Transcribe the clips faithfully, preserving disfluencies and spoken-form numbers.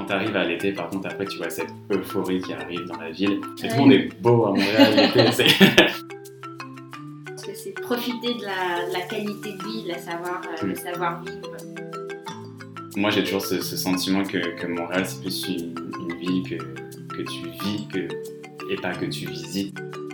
tu arrives à l'été, par contre, après, tu vois cette euphorie qui arrive dans la ville. Et tout le monde est beau à Montréal l'été. C'est... Parce que c'est profiter de la, de la qualité de vie, de la savoir, euh, le savoir-vivre. Moi, j'ai toujours ce, ce sentiment que, que Montréal, c'est plus une, une ville que, que tu vis que, et pas que tu visites.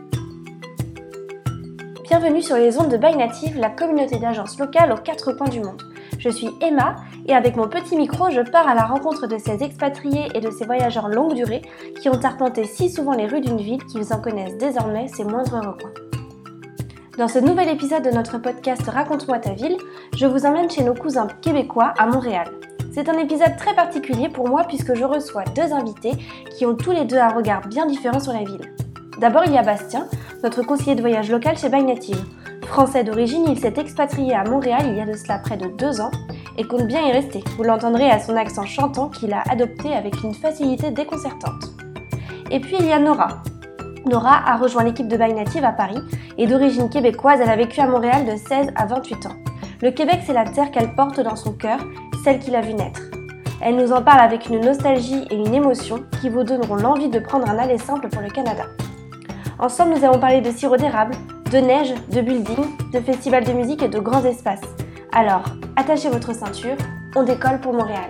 Bienvenue sur les ondes de By Native, la communauté d'agences locales aux quatre coins du monde. Je suis Emma et avec mon petit micro, je pars à la rencontre de ces expatriés et de ces voyageurs longue durée qui ont arpenté si souvent les rues d'une ville qu'ils en connaissent désormais ses moindres recoins. Dans ce nouvel épisode de notre podcast Raconte-moi ta ville, je vous emmène chez nos cousins québécois à Montréal. C'est un épisode très particulier pour moi puisque je reçois deux invités qui ont tous les deux un regard bien différent sur la ville. D'abord, il y a Bastien, notre conseiller de voyage local chez By Native. Français d'origine, il s'est expatrié à Montréal il y a de cela près de deux ans et compte bien y rester. Vous l'entendrez à son accent chantant qu'il a adopté avec une facilité déconcertante. Et puis il y a Nora. Nora a rejoint l'équipe de By Native à Paris et d'origine québécoise, elle a vécu à Montréal de seize à vingt-huit ans. Le Québec, c'est la terre qu'elle porte dans son cœur, celle qu'il a vue naître. Elle nous en parle avec une nostalgie et une émotion qui vous donneront l'envie de prendre un aller simple pour le Canada. Ensemble, nous avons parlé de sirop d'érable, de neige, de building, de festivals de musique et de grands espaces. Alors, attachez votre ceinture, on décolle pour Montréal.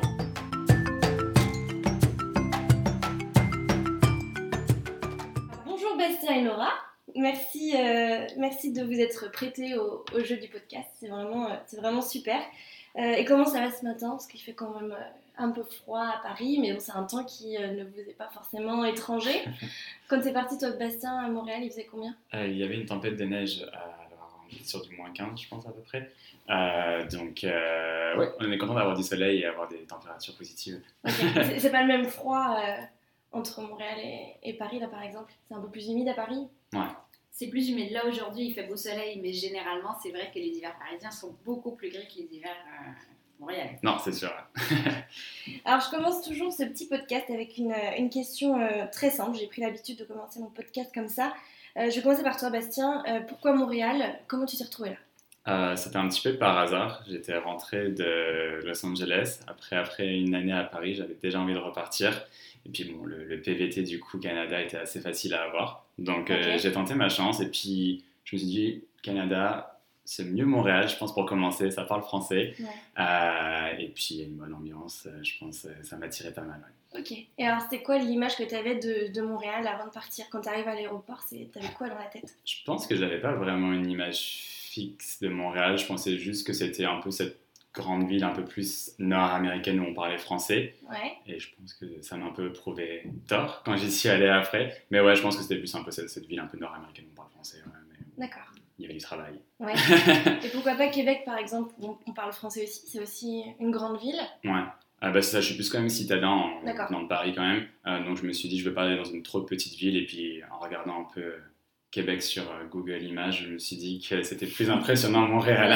Bonjour Bastien et Nora, merci, euh, merci de vous être prêtés au, au jeu du podcast, c'est vraiment, euh, c'est vraiment super. Euh, et comment ça va ce matin? Parce qu'il fait quand même euh, un peu froid à Paris, mais bon, c'est un temps qui euh, ne vous est pas forcément étranger. Quand t'es parti, toi, Bastien, à Montréal, il faisait combien? euh, Il y avait une tempête de neige, euh, alors on est sur du moins quinze, je pense, à peu près. Euh, donc, euh, ouais, on est content d'avoir du soleil et avoir des températures positives. Okay. c'est, c'est pas le même froid euh, entre Montréal et, et Paris, là, par exemple? C'est un peu plus humide à Paris? Ouais. C'est plus humide. Là, aujourd'hui, il fait beau soleil, mais généralement, c'est vrai que les hivers parisiens sont beaucoup plus gris que les hivers euh, montréalais. Non, c'est sûr. Alors, je commence toujours ce petit podcast avec une, une question euh, très simple. J'ai pris l'habitude de commencer mon podcast comme ça. Euh, je vais commencer par toi, Bastien. Euh, pourquoi Montréal? Comment tu t'es retrouvé là? Euh, c'était un petit peu par hasard. J'étais rentré de Los Angeles. Après, après une année à Paris, j'avais déjà envie de repartir. Et puis bon, le, le P V T du coup Canada était assez facile à avoir. Donc okay. euh, j'ai tenté ma chance et puis je me suis dit Canada, c'est mieux Montréal, je pense, pour commencer. Ça parle français. Ouais. Euh, et puis il y a une bonne ambiance, je pense, ça m'attirait pas mal. Ouais. Ok. Et alors c'était quoi l'image que tu avais de, de Montréal avant de partir? Quand tu arrives à l'aéroport, c'est, t'avais quoi dans la tête? Je pense que j'avais pas vraiment une image fixe de Montréal. Je pensais juste que c'était un peu cette grande ville un peu plus nord-américaine où on parlait français. Ouais. Et je pense que ça m'a un peu prouvé tort quand j'y suis allé après. Mais ouais, je pense que c'était plus un peu cette, cette ville un peu nord-américaine où on parle français. Ouais, mais d'accord. Il y avait du travail. Ouais. Et pourquoi pas Québec, par exemple, où on parle français aussi? C'est aussi une grande ville. Ouais. Ah bah c'est ça, je suis plus quand même citadin en venant de Paris quand même. Euh, donc je me suis dit, je ne veux pas aller dans une trop petite ville. Et puis en regardant un peu Québec sur Google Images, je me suis dit que c'était plus impressionnant Montréal.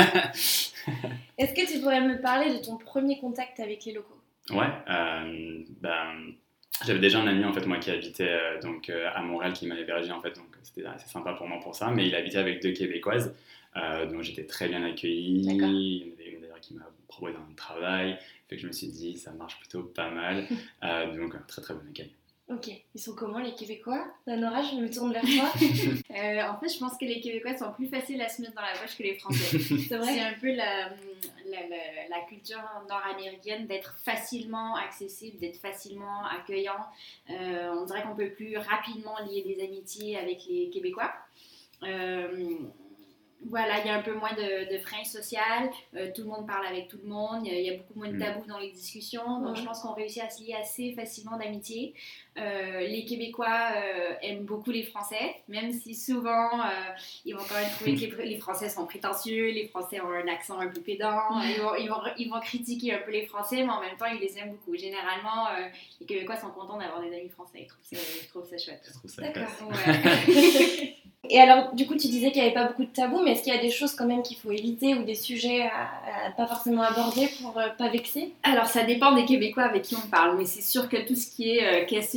Est-ce que tu pourrais me parler de ton premier contact avec les locaux? Ouais, euh, ben, j'avais déjà un ami en fait moi qui habitait euh, donc euh, à Montréal qui m'avait hébergé en fait, donc c'était assez sympa pour moi pour ça. Mais il habitait avec deux Québécoises, euh, donc j'étais très bien accueilli. D'accord. Il y en avait une d'ailleurs qui m'a proposé un travail, fait que je me suis dit ça marche plutôt pas mal. Euh, donc un très très bon accueil. Ok, ils sont comment les Québécois? Nora, je me tourne vers toi. euh, en fait, je pense que les Québécois sont plus faciles à se mettre dans la poche que les Français. C'est vrai? C'est un peu la, la, la, la culture nord-américaine d'être facilement accessible, d'être facilement accueillant. Euh, on dirait qu'on peut plus rapidement lier des amitiés avec les Québécois. Euh, Voilà, il y a un peu moins de, de frein social, euh, tout le monde parle avec tout le monde, il y a, il y a beaucoup moins de tabous dans les discussions, donc mmh. je pense qu'on réussit à se lier assez facilement d'amitié. Euh, les Québécois euh, aiment beaucoup les Français, même si souvent euh, ils vont quand même trouver que les, les Français sont prétentieux, les Français ont un accent un peu pédant, ils vont, ils vont, ils vont critiquer un peu les Français, mais en même temps ils les aiment beaucoup. Généralement, euh, les Québécois sont contents d'avoir des amis français, ils trouvent ça, ils trouvent ça chouette. Je trouve ça d'accord. Ouais. Et alors, du coup, tu disais qu'il n'y avait pas beaucoup de tabous, mais est-ce qu'il y a des choses quand même qu'il faut éviter ou des sujets à, à pas forcément aborder pour euh, pas vexer? Alors, ça dépend des Québécois avec qui on parle, mais c'est sûr que tout ce qui est euh, question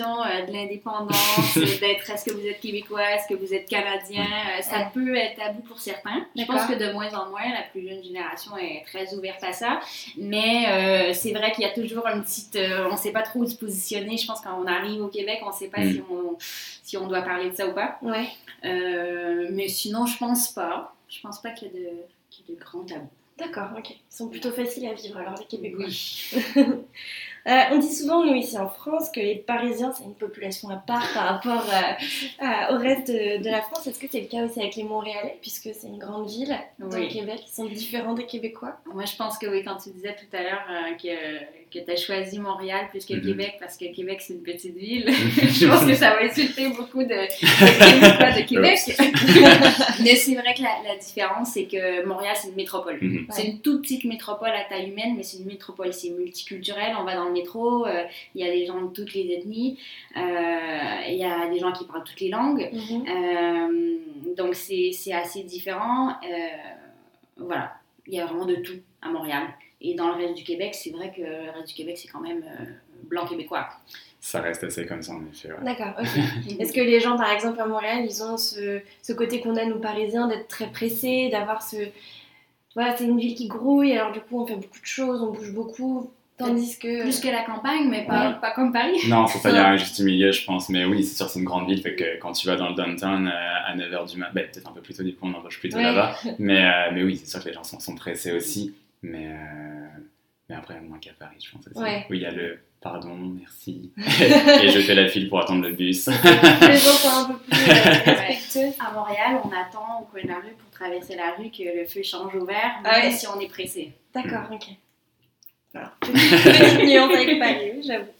question euh, de l'indépendance, d'être est-ce que vous êtes québécois, est-ce que vous êtes canadien, euh, ça Ouais. peut être tabou pour certains. Je D'accord. pense que de moins en moins, la plus jeune génération est très ouverte à ça. Mais euh, c'est vrai qu'il y a toujours une petite... Euh, on ne sait pas trop où se positionner. Je pense que quand on arrive au Québec, on ne sait pas Mm. si, on, si on doit parler de ça ou pas. Ouais. Euh, mais sinon, je pense pas. Je pense pas qu'il y a de, qu'il y a de grands tabous. D'accord, ok. Ils sont plutôt faciles à vivre alors les Québécois. Oui. Euh, on dit souvent, nous ici en France, que les Parisiens, c'est une population à part par rapport euh, à- au reste de, de la France. Est-ce que c'est le cas aussi avec les Montréalais, puisque c'est une grande ville dans Oui. le Québec, ils sont différents des Québécois? Moi, je pense que oui, quand tu disais tout à l'heure euh, que, que tu as choisi Montréal plus que Mhm. Québec parce que Québec, c'est une petite ville, je pense que ça va insulter beaucoup de, de Québécois de Québec. Mais c'est vrai que la, la différence, c'est que Montréal, c'est une métropole. Mhm. C'est une toute petite métropole à taille humaine, mais c'est une métropole, c'est multiculturel. On va dans le métro, euh, il y a des gens de toutes les ethnies, euh, il y a des gens qui parlent toutes les langues. Mhm. Euh, donc c'est, c'est assez différent. Euh, voilà, il y a vraiment de tout à Montréal. Et dans le reste du Québec, c'est vrai que le reste du Québec, c'est quand même euh, blanc québécois. Ça reste assez comme ça, en effet. Ouais. D'accord, ok. Est-ce que les gens, par exemple, à Montréal, ils ont ce, ce côté qu'on a, nous, Parisiens, d'être très pressés, d'avoir ce... Voilà, c'est une ville qui grouille, alors du coup, on fait beaucoup de choses, on bouge beaucoup, tandis que... Plus que la campagne, mais pas, Ouais. pas comme Paris. Non, c'est ça, il y a un juste milieu, je pense. Mais oui, c'est sûr, c'est une grande ville. Fait que quand tu vas dans le downtown euh, à neuf heures du matin, bah, peut-être un peu plus tôt, du coup, on embauche plutôt Ouais. là-bas. Mais, euh, mais oui, c'est sûr que les gens sont, sont pressés aussi. Mais, euh, mais après, moins qu'à Paris, je pense aussi. Ouais. Oui, il y a le pardon, merci. Et je fais la file pour attendre le bus. les gens sont un peu plus euh, respectueux. À Montréal, on attend au coin de la rue pour traverser la rue que le feu change au vert, Ah même ouais. si on est pressé. D'accord, ok. Voilà. Petite nuance avec Paris, oui, j'avoue.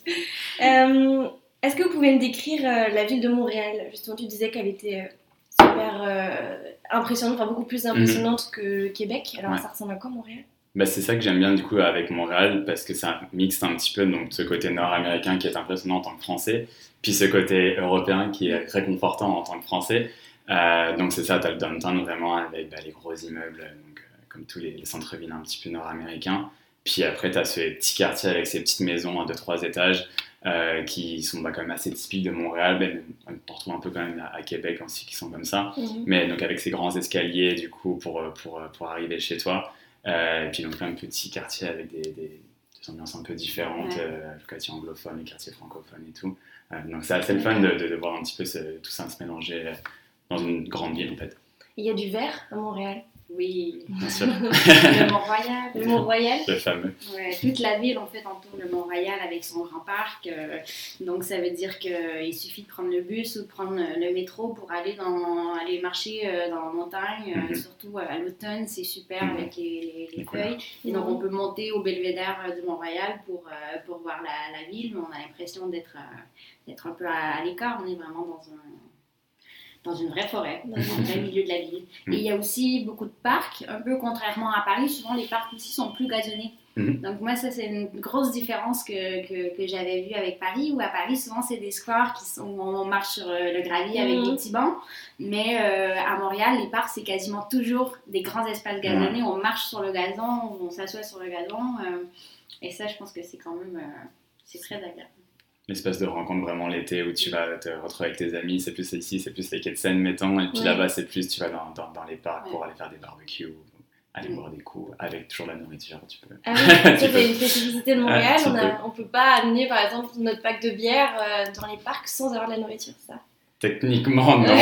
Euh, Est-ce que vous pouvez me décrire euh, la ville de Montréal? Justement, tu disais qu'elle était euh, super euh, impressionnante, enfin beaucoup plus impressionnante que Québec. Alors, Ouais. ça ressemble à quoi, Montréal? Bah, c'est ça que j'aime bien du coup avec Montréal parce que ça mixe un petit peu donc ce côté nord-américain qui est impressionnant en tant que français, puis ce côté européen qui est réconfortant en tant que français. Euh, donc c'est ça, t'as le downtown vraiment avec bah, les gros immeubles, donc, euh, comme tous les, les centres-villes un petit peu nord-américains. Puis après t'as ce petit quartier avec ces petites maisons à deux trois étages euh, qui sont bah, quand même assez typiques de Montréal. Ben, on retrouve un peu quand même à, à Québec aussi qui sont comme ça. Mhm. Mais donc avec ces grands escaliers du coup pour, pour, pour arriver chez toi. Euh, et puis donc un petit quartier avec des, des, des ambiances un peu différentes, Ouais. euh, le quartier anglophone, les quartiers francophones et tout. Euh, donc c'est assez le fun de, de, de voir un petit peu ce, tout ça se mélanger euh, dans une grande ville en fait. Il y a du vert à Montréal. Oui, Bien sûr, le Mont-Royal. Le Mont-Royal. le fameux. Ouais, toute la ville en fait entoure le Mont-Royal avec son grand parc, euh, donc ça veut dire qu'il suffit de prendre le bus ou de prendre le métro pour aller, dans, aller marcher euh, dans la montagne, euh, Mhm. surtout à l'automne, c'est super Mhm. avec les, les, les Les feuilles. Et donc on peut monter au belvédère euh, du Mont-Royal pour, euh, pour voir la, la ville, mais on a l'impression d'être, euh, d'être un peu à, à l'écart, on est vraiment dans un... dans une vraie forêt, dans le vrai milieu de la ville. Mm. Et il y a aussi beaucoup de parcs, un peu contrairement à Paris, souvent les parcs aussi sont plus gazonnés. Mm. Donc moi, ça c'est une grosse différence que, que, que j'avais vue avec Paris, où à Paris, souvent c'est des squares qui sont, où on marche sur euh, le gravier avec Mm. des petits bancs, mais euh, à Montréal, les parcs c'est quasiment toujours des grands espaces gazonnés, on marche sur le gazon, on s'assoit sur le gazon, euh, et ça je pense que c'est quand même, euh, c'est très agréable. L'espace de rencontre vraiment l'été où tu vas te retrouver avec tes amis, c'est plus ici, c'est plus les quais de Seine, mettons, et puis Ouais. là-bas c'est plus tu vas dans, dans, dans les parcs Ouais. pour aller faire des barbecues, aller Mm. boire des coups, avec toujours la nourriture, tu peux. Ah oui, ça Tu peux. c'est une spécificité de Montréal. Ah, tu on peux. a, on peut pas amener par exemple notre pack de bière euh, dans les parcs sans avoir de la nourriture, ça. Techniquement, non.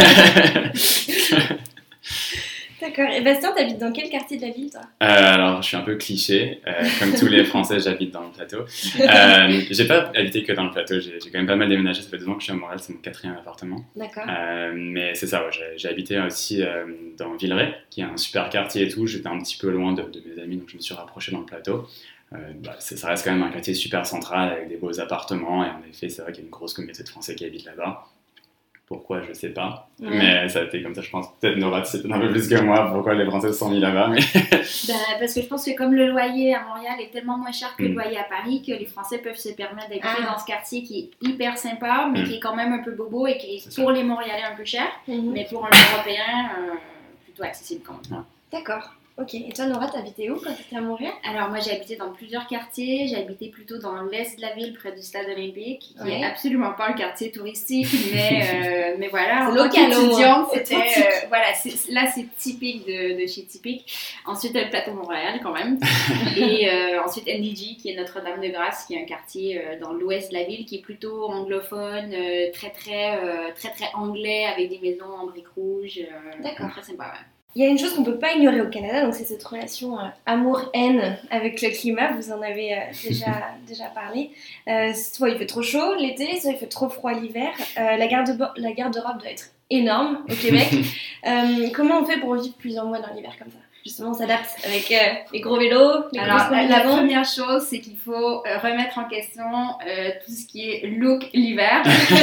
D'accord. Et Bastien, t'habites dans quel quartier de la ville, toi? Euh, alors, je suis un peu cliché. Euh, comme tous les Français, j'habite dans le plateau. Euh, j'ai pas habité que dans le plateau. J'ai, j'ai quand même pas mal déménagé. Ça fait deux ans que je suis à Montréal. C'est mon quatrième appartement. D'accord. Euh, mais c'est ça, ouais, j'ai, j'ai habité aussi euh, dans Villeray, qui est un super quartier et tout. J'étais un petit peu loin de, de mes amis, donc je me suis rapproché dans le plateau. Euh, bah, c'est, ça reste quand même un quartier super central avec des beaux appartements. Et en effet, c'est vrai qu'il y a une grosse communauté de Français qui habitent là-bas. Pourquoi, je sais pas. Ouais. Mais ça a été comme ça, je pense. Peut-être Nora, tu sais peut-être un peu plus que moi pourquoi les Français se sont mis là-bas. Mais... Ben, parce que je pense que comme le loyer à Montréal est tellement moins cher que le Mm. loyer à Paris, que les Français peuvent se permettre d'habiter Ah. dans ce quartier qui est hyper sympa, mais Mm. qui est quand même un peu bobo et qui est C'est ça. pour les Montréalais un peu cher, Mhm. mais pour un Européen euh, plutôt accessible quand même. D'accord. Ok, et toi Nora, t'habitais où quand t'étais à Montréal? Alors moi j'ai habité dans plusieurs quartiers, j'ai habité plutôt dans l'est de la ville près du stade olympique, qui Ouais. est absolument pas un quartier touristique, mais, euh, mais voilà, en C'est tant local, au moins. qu'étudiante, c'était, Authentique. euh, voilà, c'est, là c'est typique de, de chez Typique. Ensuite le plateau Montréal quand même, et euh, ensuite N D G qui est Notre-Dame-de-Grâce, qui est un quartier euh, dans l'ouest de la ville, qui est plutôt anglophone, euh, très très, euh, très très anglais, avec des maisons en briques rouges, euh, D'accord. très sympa, ouais. Il y a une chose qu'on peut pas ignorer au Canada, donc c'est cette relation euh, amour-haine avec le climat. Vous en avez euh, déjà, déjà parlé. Euh, soit il fait trop chaud l'été, soit il fait trop froid l'hiver. Euh, la garde-bo- la garde-robe doit être énorme au Québec. Euh, comment on fait pour vivre plusieurs mois dans l'hiver comme ça? Justement, on s'adapte avec euh, les gros vélos, les Alors, grosses la, la combinaisons. première chose, c'est qu'il faut euh, remettre en question euh, tout ce qui est look l'hiver.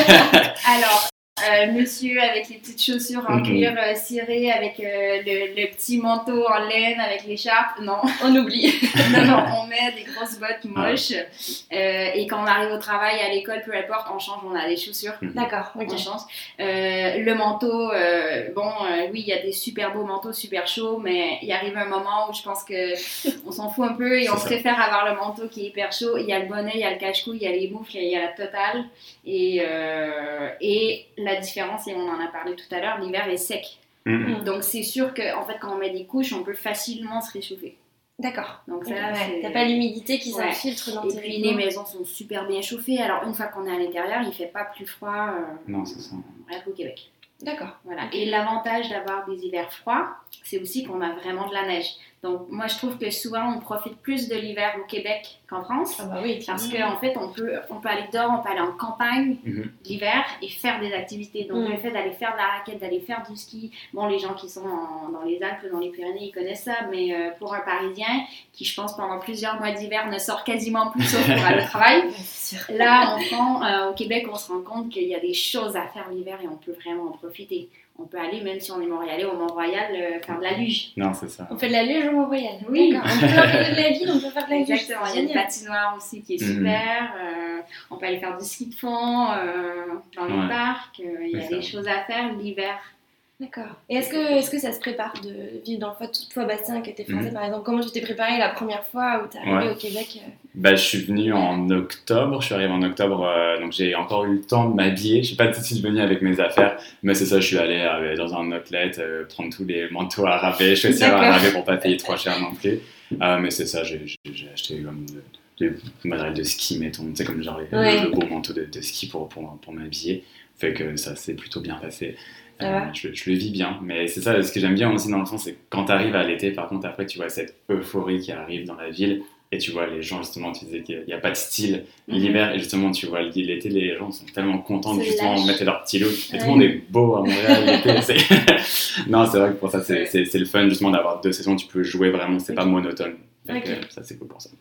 Alors, euh, monsieur avec les petites chaussures en Mhm. cuir euh, ciré, avec euh, le, le petit manteau en laine, avec l'écharpe, non. On oublie. Non, non, on met des grosses bottes moches. Euh, et quand on arrive au travail, à l'école, peu importe, on change, on a des chaussures. D'accord, ok. On change. Euh, le manteau, euh, bon, euh, oui, il y a des super beaux manteaux, super chauds, mais il arrive un moment où je pense que on s'en fout un peu et C'est on ça. préfère avoir le manteau qui est hyper chaud. Il y a le bonnet, il y a le cache-cou, il y a les moufles, il y a la totale. Et, euh, et la différence, et on en a parlé tout à l'heure, l'hiver est sec. Mhm. Donc c'est sûr qu'en en fait, quand on met des couches, on peut facilement se réchauffer. D'accord. Donc ça, Ok, ouais. c'est... T'as pas l'humidité qui Ouais. s'infiltre dans Et tes puis vêtements. les maisons sont super bien chauffées. Alors une fois qu'on est à l'intérieur, il fait pas plus froid euh, Non, c'est ça. bref, au Québec. D'accord. Voilà. Ok. Et l'avantage d'avoir des hivers froids, c'est aussi qu'on a vraiment de la neige. Donc moi je trouve que souvent on profite plus de l'hiver au Québec qu'en France. Ah bah oui. Parce qu'en en fait on peut, on peut aller dehors, on peut aller en campagne Mhm. l'hiver et faire des activités. Donc Mm. le fait d'aller faire de la raquette, d'aller faire du ski, bon les gens qui sont en- dans les Alpes, dans les Pyrénées, ils connaissent ça, mais euh, pour un Parisien qui je pense pendant plusieurs mois d'hiver ne sort quasiment plus sauf pour aller au travail, C'est sûr. là, on prend, euh, au Québec, on se rend compte qu'il y a des choses à faire l'hiver et on peut vraiment en profiter. On peut aller, même si on est montréalais, au Mont-Royal, euh, faire de la luge. Non, c'est ça. On fait de la luge au Mont-Royal. Oui. D'accord. En plein milieu de la ville, on peut faire de la luge. Exactement, il y a une Génial. patinoire aussi qui est Mhm. super. euh, on peut aller faire du ski de fond euh, dans les Ouais. parcs. euh, il y a C'est des ça. choses à faire l'hiver. D'accord. Et est-ce que, est-ce que ça se prépare de vivre dans le froid? Toi, Bastien, qui était français, Mhm. par exemple, comment tu t'es préparé la première fois où t'es arrivé Ouais. au Québec? euh Bah, je suis venu en octobre, je suis arrivé en octobre, euh, donc j'ai encore eu le temps de m'habiller. Je suis pas tout de suite venu avec mes affaires, mais c'est ça, je suis allé euh, dans un outlet, euh, prendre tous les manteaux à rabais, chaussures à D'accord. rabais pour pas payer trop cher non plus. Euh, mais c'est ça, j'ai, j'ai, j'ai acheté comme de, de matériel de ski, mettons, tu sais, comme genre les, Ouais. le, le beau manteau de, de ski pour, pour, pour m'habiller. Fait que ça s'est plutôt bien passé. Ça Euh, va. je, je le vis bien, mais c'est ça, ce que j'aime bien aussi dans le fond, c'est quand tu arrives à l'été, par contre, après tu vois cette euphorie qui arrive dans la ville. Et tu vois, les gens, justement, tu disais qu'il n'y a pas de style Mhm. l'hiver. Et justement, tu vois, l'été, les gens sont tellement contents de C'est justement lâche. mettre leur petit look. Et tout Ouais. le monde est beau à Montréal l'été. c'est- non, c'est vrai que pour ça, c'est Ouais. c'est- c'est le fun, justement, d'avoir deux saisons. Tu peux jouer vraiment, c'est pas Ok. monotone. Fait que, Ok. ça, c'est cool pour ça.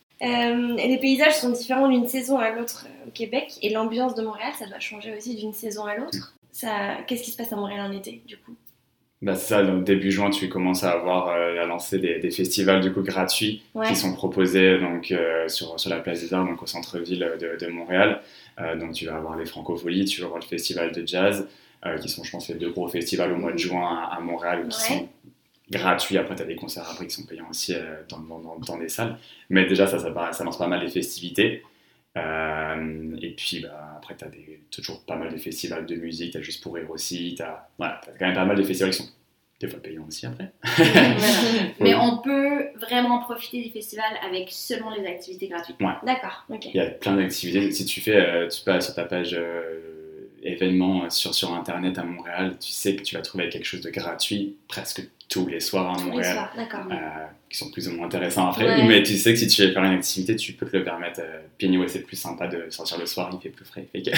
Euh, et les paysages sont différents d'une saison à l'autre euh, au Québec. Et l'ambiance de Montréal, ça doit changer aussi d'une saison à l'autre. Ça... Qu'est-ce qui se passe à Montréal en été, du coup? Bah, c'est ça, donc début juin, tu commences à avoir euh, à lancer des, des festivals du coup gratuits Ouais. qui sont proposés donc, euh, sur, sur la place des Arts, donc au centre-ville de, de Montréal. Euh, donc tu vas avoir les Francopholies, tu vas avoir le festival de jazz, euh, qui sont, je pense, les deux gros festivals au mois de juin à, à Montréal, qui Ouais. sont gratuits. Après, tu as des concerts après qui sont payants aussi euh, dans, dans, dans, dans des salles. Mais déjà, ça, ça, ça, ça lance pas mal les festivités. Euh, et puis bah, après, tu as toujours pas mal de festivals de musique, tu as Juste pour rire aussi, tu as voilà, quand même pas mal de festivals qui sont des fois payants aussi après. Voilà. Mais on peut vraiment profiter des festivals avec seulement les activités gratuites. D'accord, ok. Il y a plein d'activités. Si tu fais, euh, tu passes sur ta page euh, événements sur, sur internet à Montréal, tu sais que tu vas trouver quelque chose de gratuit presque tous les soirs à Tous les Montréal. soirs, d'accord. Euh, qui sont plus ou moins intéressants après, Ouais. mais tu sais que si tu veux faire une activité, tu peux te le permettre. Euh, puis anyway, c'est plus sympa de sortir le soir, il fait plus frais. Fait que...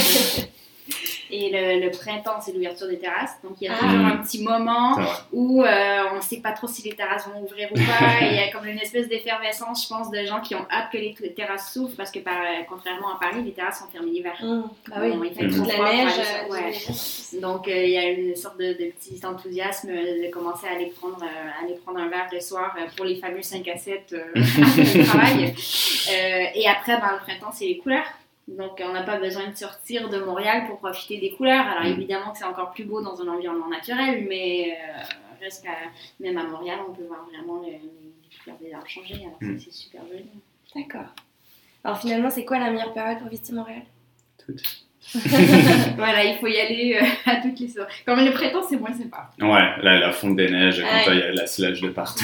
Et le, le printemps, c'est l'ouverture des terrasses. Donc il y a Ah. toujours un petit moment C'est vrai. où euh, on ne sait pas trop si les terrasses vont ouvrir ou pas. Et il y a comme une espèce d'effervescence, je pense, de gens qui ont hâte que les t- terrasses s'ouvrent parce que par, contrairement à Paris, les terrasses sont fermées l'hiver. Mmh. Bah oui, Bon, il fait avec trop toute froid la pour neige. aller sur- euh, ouais. j'imagine. Donc euh, il y a une sorte de, de petit enthousiasme de commencer à aller prendre, euh, aller prendre un verre le soir euh, pour les fameux cinq à sept euh, après le travail. Euh, et après, ben, le printemps, c'est les couleurs. Donc on n'a pas besoin de sortir de Montréal pour profiter des couleurs. Alors Mm. évidemment que c'est encore plus beau dans un environnement naturel, mais, euh, reste qu'à, même à Montréal, on peut voir vraiment le, les couleurs des arbres changer. Alors mm. ça, c'est super joli. D'accord. Alors finalement, c'est quoi la meilleure période pour visiter Montréal? Toutes. Voilà, il faut y aller euh, à toutes les saisons. Comme le printemps, c'est moins sympa. Ouais, la, la fonte des neiges, ah, quand il y a la sludge de partout.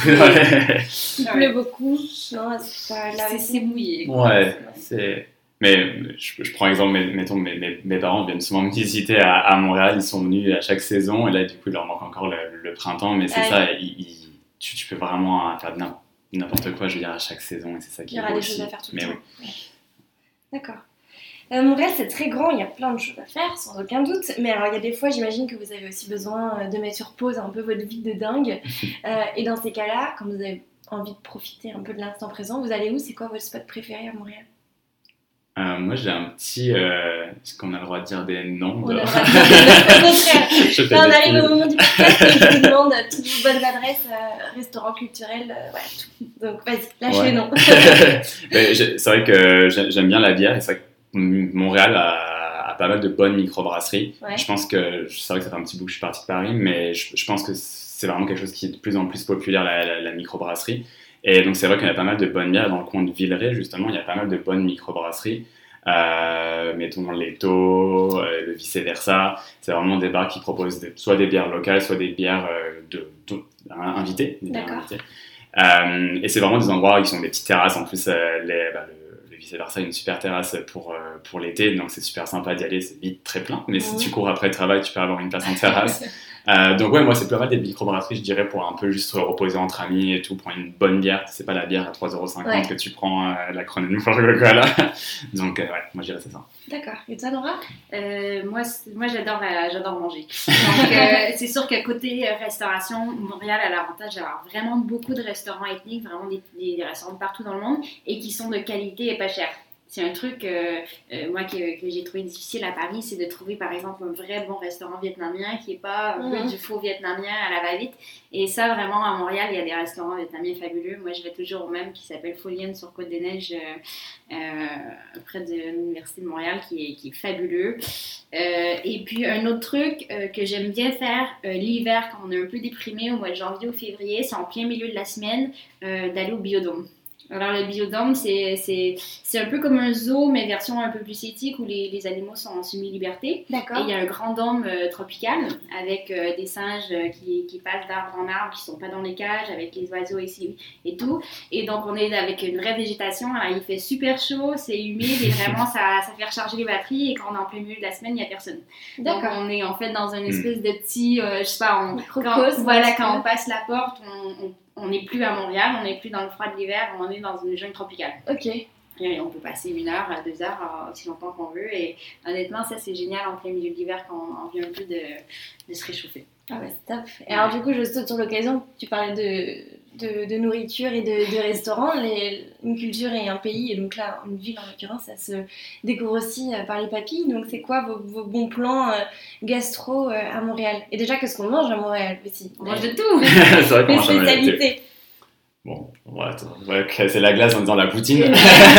Il pleut ouais. beaucoup, non, c'est, pas c'est, c'est mouillé. Quoi. Ouais, c'est... Mais je, je prends exemple, mettons, mes, mes, mes parents viennent souvent me visiter à, à Montréal, ils sont venus à chaque saison, et là, du coup, il leur manque encore le, le printemps, mais c'est ah, ça, ils, ils, tu, tu peux vraiment faire n'importe quoi, je veux dire, à chaque saison, et c'est ça qui est beau. Il y aura des choses à faire tout le temps. Oui. Ouais. D'accord. Euh, Montréal, c'est très grand, il y a plein de choses à faire, sans aucun doute. Mais alors, il y a des fois, j'imagine que vous avez aussi besoin de mettre sur pause un peu votre vie de dingue. Euh, et dans ces cas-là, quand vous avez envie de profiter un peu de l'instant présent, vous allez où? C'est quoi votre spot préféré à Montréal? Euh, moi, j'ai un petit... Euh, est-ce qu'on a le droit de dire des noms? On a le droit de dire des noms. Là, on arrive au moment du podcast et je vous demande toutes vos bonnes adresses, euh, restaurants culturels, euh, voilà, tout. Donc, vas-y, lâche ouais. les noms. Mais c'est vrai que j'aime bien la bière et c'est vrai que Montréal a, a pas mal de bonnes microbrasseries. Ouais. Je pense que, c'est vrai que ça fait un petit bout que je suis partie de Paris, mais je, je pense que c'est vraiment quelque chose qui est de plus en plus populaire, la, la, la microbrasserie. Et donc c'est vrai qu'il y a pas mal de bonnes bières dans le coin de Villeray, justement, il y a pas mal de bonnes microbrasseries. Euh, mettons Leto, euh, le vice-versa. C'est vraiment des bars qui proposent des, soit des bières locales, soit des bières euh, de, de, de, invitées. Des bières invitées. Euh, et c'est vraiment des endroits où ils ont des petites terrasses. En plus, euh, les, bah, le, vice-versa, une super terrasse pour, euh, pour l'été, donc c'est super sympa d'y aller, c'est vite très plein, mais mmh. si tu cours après le travail, tu peux avoir une place en terrasse. euh, donc ouais, moi c'est plus mal des microbrasseries, je dirais, pour un peu juste se reposer entre amis et tout, prendre une bonne bière, c'est pas la bière à trois euros cinquante ouais. que tu prends euh, la Cronen Coca-Cola. Donc euh, ouais, moi je dirais c'est ça. D'accord. Et toi, Nora? euh, moi, moi j'adore, euh, j'adore manger. Donc euh, c'est sûr que côté euh, restauration, Montréal a l'avantage d'avoir vraiment beaucoup de restaurants ethniques, vraiment des, des, des restaurants de partout dans le monde et qui sont de qualité et pas chers. C'est un truc, euh, euh, moi, que, que j'ai trouvé difficile à Paris, c'est de trouver, par exemple, un vrai bon restaurant vietnamien qui n'est pas un mmh. peu du faux vietnamien à la va-vite. Et ça, vraiment, à Montréal, il y a des restaurants vietnamiens fabuleux. Moi, je vais toujours au même, qui s'appelle Folien sur Côte-des-Neiges, euh, euh, près de l'Université de Montréal, qui est, qui est fabuleux. Euh, et puis, un autre truc euh, que j'aime bien faire euh, l'hiver, quand on est un peu déprimé, au mois de janvier ou février, c'est en plein milieu de la semaine, euh, d'aller au Biodôme. Alors le biodôme, c'est, c'est, c'est un peu comme un zoo, mais version un peu plus éthique, où les, les animaux sont en semi-liberté. D'accord. Et il y a un grand dôme euh, tropical, avec euh, des singes euh, qui, qui passent d'arbre en arbre, qui ne sont pas dans les cages, avec les oiseaux ici et tout. Et donc on est avec une vraie végétation. Alors, il fait super chaud, c'est humide, et vraiment ça, ça fait recharger les batteries. Et quand on est en plein milieu de la semaine, il n'y a personne. D'accord. Donc on est en fait dans une espèce de petit, euh, je sais pas, on, quand, voilà, quand on passe la porte, on, on on n'est plus à Montréal, on n'est plus dans le froid de l'hiver, on est dans une jungle tropicale. Ok. Et on peut passer une heure, deux heures, aussi longtemps qu'on veut. Et honnêtement, ça c'est génial en plein milieu de l'hiver quand on vient un peu de, de se réchauffer. Ah ouais, c'est top. Et alors du coup, je saute sur l'occasion, tu parlais de, de, de nourriture et de, de restaurants. Les, une culture et un pays, et donc là, une ville en l'occurrence, ça se découvre aussi par les papilles. Donc c'est quoi vos, vos bons plans euh, gastro euh, à Montréal? Et déjà, qu'est-ce qu'on mange à Montréal aussi? On mange de tout. C'est vrai qu'on mange à Montréal. Bon, on va, on va casser la glace en disant la poutine. on va,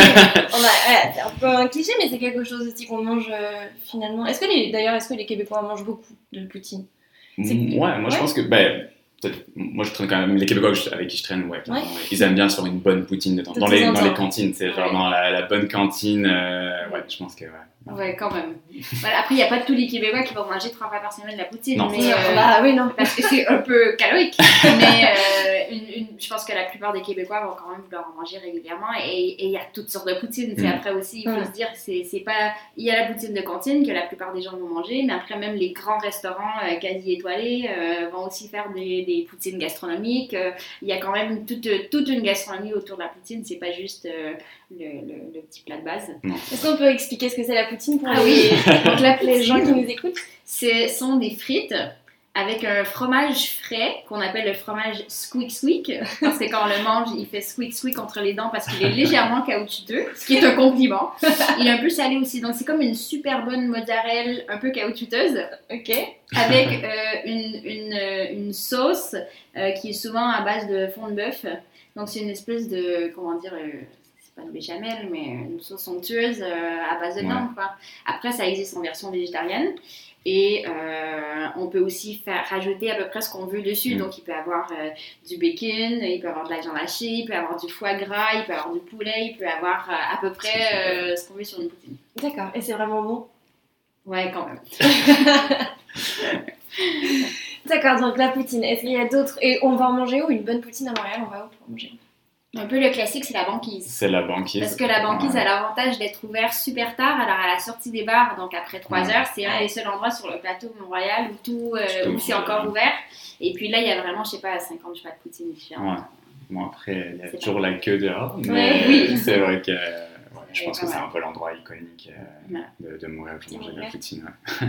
ouais, c'est un peu un cliché, mais c'est quelque chose aussi qu'on mange euh, finalement. Est-ce que les, d'ailleurs, est-ce que les Québécois mangent beaucoup de poutine? C'est... Ouais, moi ouais. je pense que... Ben, moi je traîne quand même... Les Québécois avec qui je traîne, ouais, ouais. Ils aiment bien sur une bonne poutine de temps. Dans, les, dans les cantines, c'est genre ouais. dans la, la bonne cantine. Euh, ouais, je pense que... Ouais. Ouais, quand même. Voilà, après, il n'y a pas tous les Québécois qui vont manger trois fois par semaine de la poutine. Non, mais, euh, bah, oui, non. Parce que c'est un peu calorique. mais euh, une, une, je pense que la plupart des Québécois vont quand même vouloir en manger régulièrement. Et il y a toutes sortes de poutines. Mm. Après aussi, il faut mm. se dire, c'est, c'est pas... Il y a la poutine de cantine que la plupart des gens vont manger. Mais après, même les grands restaurants euh, quasi étoilés euh, vont aussi faire des, des poutines gastronomiques. Euh, il y a quand même toute, toute une gastronomie autour de la poutine. C'est pas juste euh, le, le, le petit plat de base. Non. Est-ce qu'on peut expliquer ce que c'est la poutine? Pour ah les... oui, donc là, pour les gens qui nous écoutent, ce sont des frites avec un fromage frais qu'on appelle le fromage squeak squeak parce que quand on le mange, il fait squeak squeak entre les dents parce qu'il est légèrement caoutchouteux, ce qui est un compliment. Il est un peu salé aussi, donc c'est comme une super bonne mozzarella un peu caoutchouteuse. Ok. Avec euh, une, une, une sauce euh, qui est souvent à base de fond de bœuf. Donc c'est une espèce de, comment dire... Euh, c'est pas une béchamel, mais une sauce onctueuse euh, à base de viande, ouais. quoi. Après, ça existe en version végétarienne. Et euh, on peut aussi faire rajouter à peu près ce qu'on veut dessus. Mmh. Donc, il peut y avoir euh, du bacon, il peut y avoir de la viande hachée, il peut y avoir du foie gras, il peut y avoir du poulet, il peut y avoir euh, à peu près euh, ce qu'on veut sur une poutine. D'accord. Et c'est vraiment bon? Ouais, quand même. D'accord, donc la poutine. Est-ce qu'il y a d'autres? Et on va en manger où? Une bonne poutine à Montréal, on va où pour manger? Un peu le classique, c'est la banquise. C'est la banquise. Parce que la banquise ouais. a l'avantage d'être ouverte super tard, alors à la sortie des bars, donc après trois ouais. heures, c'est un des seuls endroits sur le plateau Mont-Royal où, tout, euh, où c'est encore ouvert. Et puis là, il y a vraiment, je sais pas, cinquante choix de poutine différents. Ouais. Bon, après, il y a c'est toujours pas... la queue dehors, mais ouais, oui. c'est vrai que euh, ouais, je pense que c'est un peu l'endroit iconique euh, ouais. de, de Montréal pour manger de la poutine. Ouais.